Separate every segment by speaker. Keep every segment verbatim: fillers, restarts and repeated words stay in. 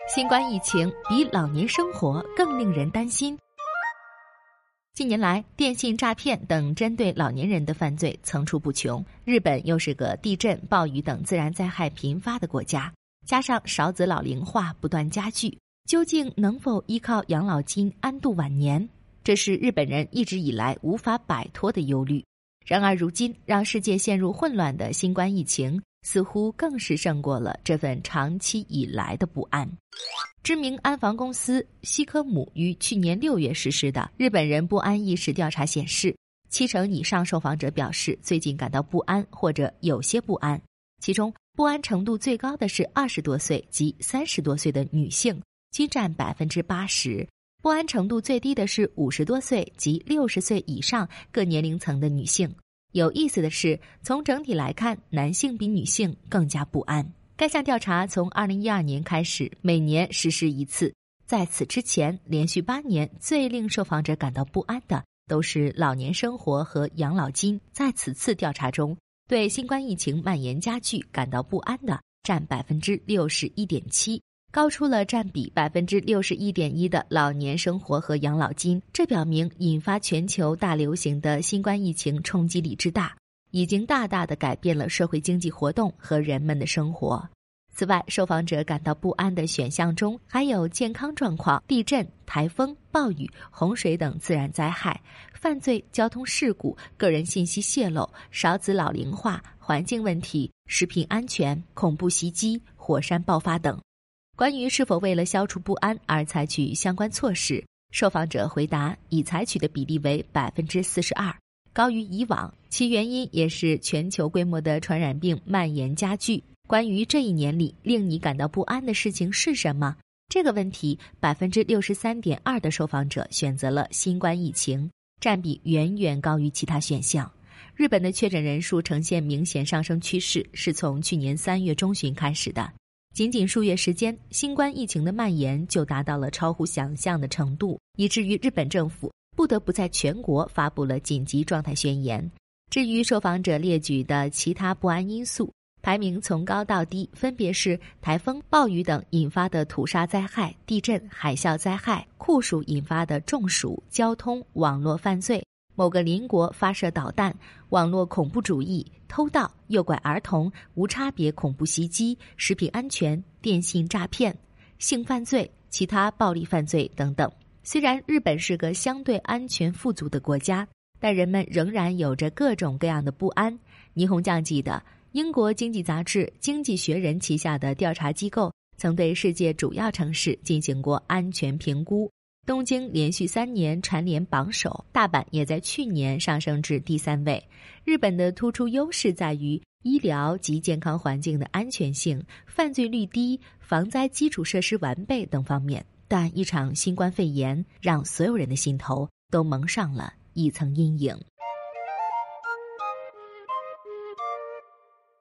Speaker 1: 新冠疫情比老年生活更令人担心。近年来，电信诈骗等针对老年人的犯罪层出不穷。日本又是个地震、暴雨等自然灾害频发的国家，加上少子老龄化不断加剧，究竟能否依靠养老金安度晚年？这是日本人一直以来无法摆脱的忧虑。然而如今，让世界陷入混乱的新冠疫情，似乎更是胜过了这份长期以来的不安。知名安防公司西科姆于去年六月实施的日本人不安意识调查显示，七成以上受访者表示最近感到不安或者有些不安，其中不安程度最高的是二十多岁及三十多岁的女性，均占百分之八十。不安程度最低的是五十多岁及六十岁以上各年龄层的女性。有意思的是，从整体来看，男性比女性更加不安。该项调查从二零一二年开始，每年实施一次。在此之前，连续八年最令受访者感到不安的都是老年生活和养老金。在此次调查中，对新冠疫情蔓延加剧感到不安的占百分之六十一点七。高出了占比百分之六十一点一的老年生活和养老金，这表明引发全球大流行的新冠疫情冲击力之大，已经大大的改变了社会经济活动和人们的生活。此外，受访者感到不安的选项中还有健康状况、地震、台风、暴雨、洪水等自然灾害、犯罪、交通事故、个人信息泄露、少子老龄化、环境问题、食品安全、恐怖袭击、火山爆发等。关于是否为了消除不安而采取相关措施，受访者回答已采取的比例为百分之四十二，高于以往。其原因也是全球规模的传染病蔓延加剧。关于这一年里令你感到不安的事情是什么？这个问题，百分之六十三点二的受访者选择了新冠疫情，占比远远高于其他选项。日本的确诊人数呈现明显上升趋势，是从去年三月中旬开始的。仅仅数月时间，新冠疫情的蔓延就达到了超乎想象的程度，以至于日本政府不得不在全国发布了紧急状态宣言。至于受访者列举的其他不安因素，排名从高到低分别是台风、暴雨等引发的土砂灾害、地震、海啸灾害、酷暑引发的中暑、交通、网络犯罪、某个邻国发射导弹、网络恐怖主义、偷盗、诱拐儿童、无差别恐怖袭击、食品安全、电信诈骗、性犯罪、其他暴力犯罪等等。虽然日本是个相对安全富足的国家，但人们仍然有着各种各样的不安。倪虹酱记得，英国经济杂志《经济学人》旗下的调查机构曾对世界主要城市进行过安全评估。东京连续三年蝉联榜首，大阪也在去年上升至第三位。日本的突出优势在于医疗及健康环境的安全性、犯罪率低、防灾基础设施完备等方面。但一场新冠肺炎让所有人的心头都蒙上了一层阴影。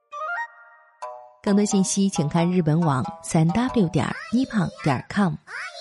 Speaker 1: 更多信息请看日本网 三 w 点 nippon 点 com。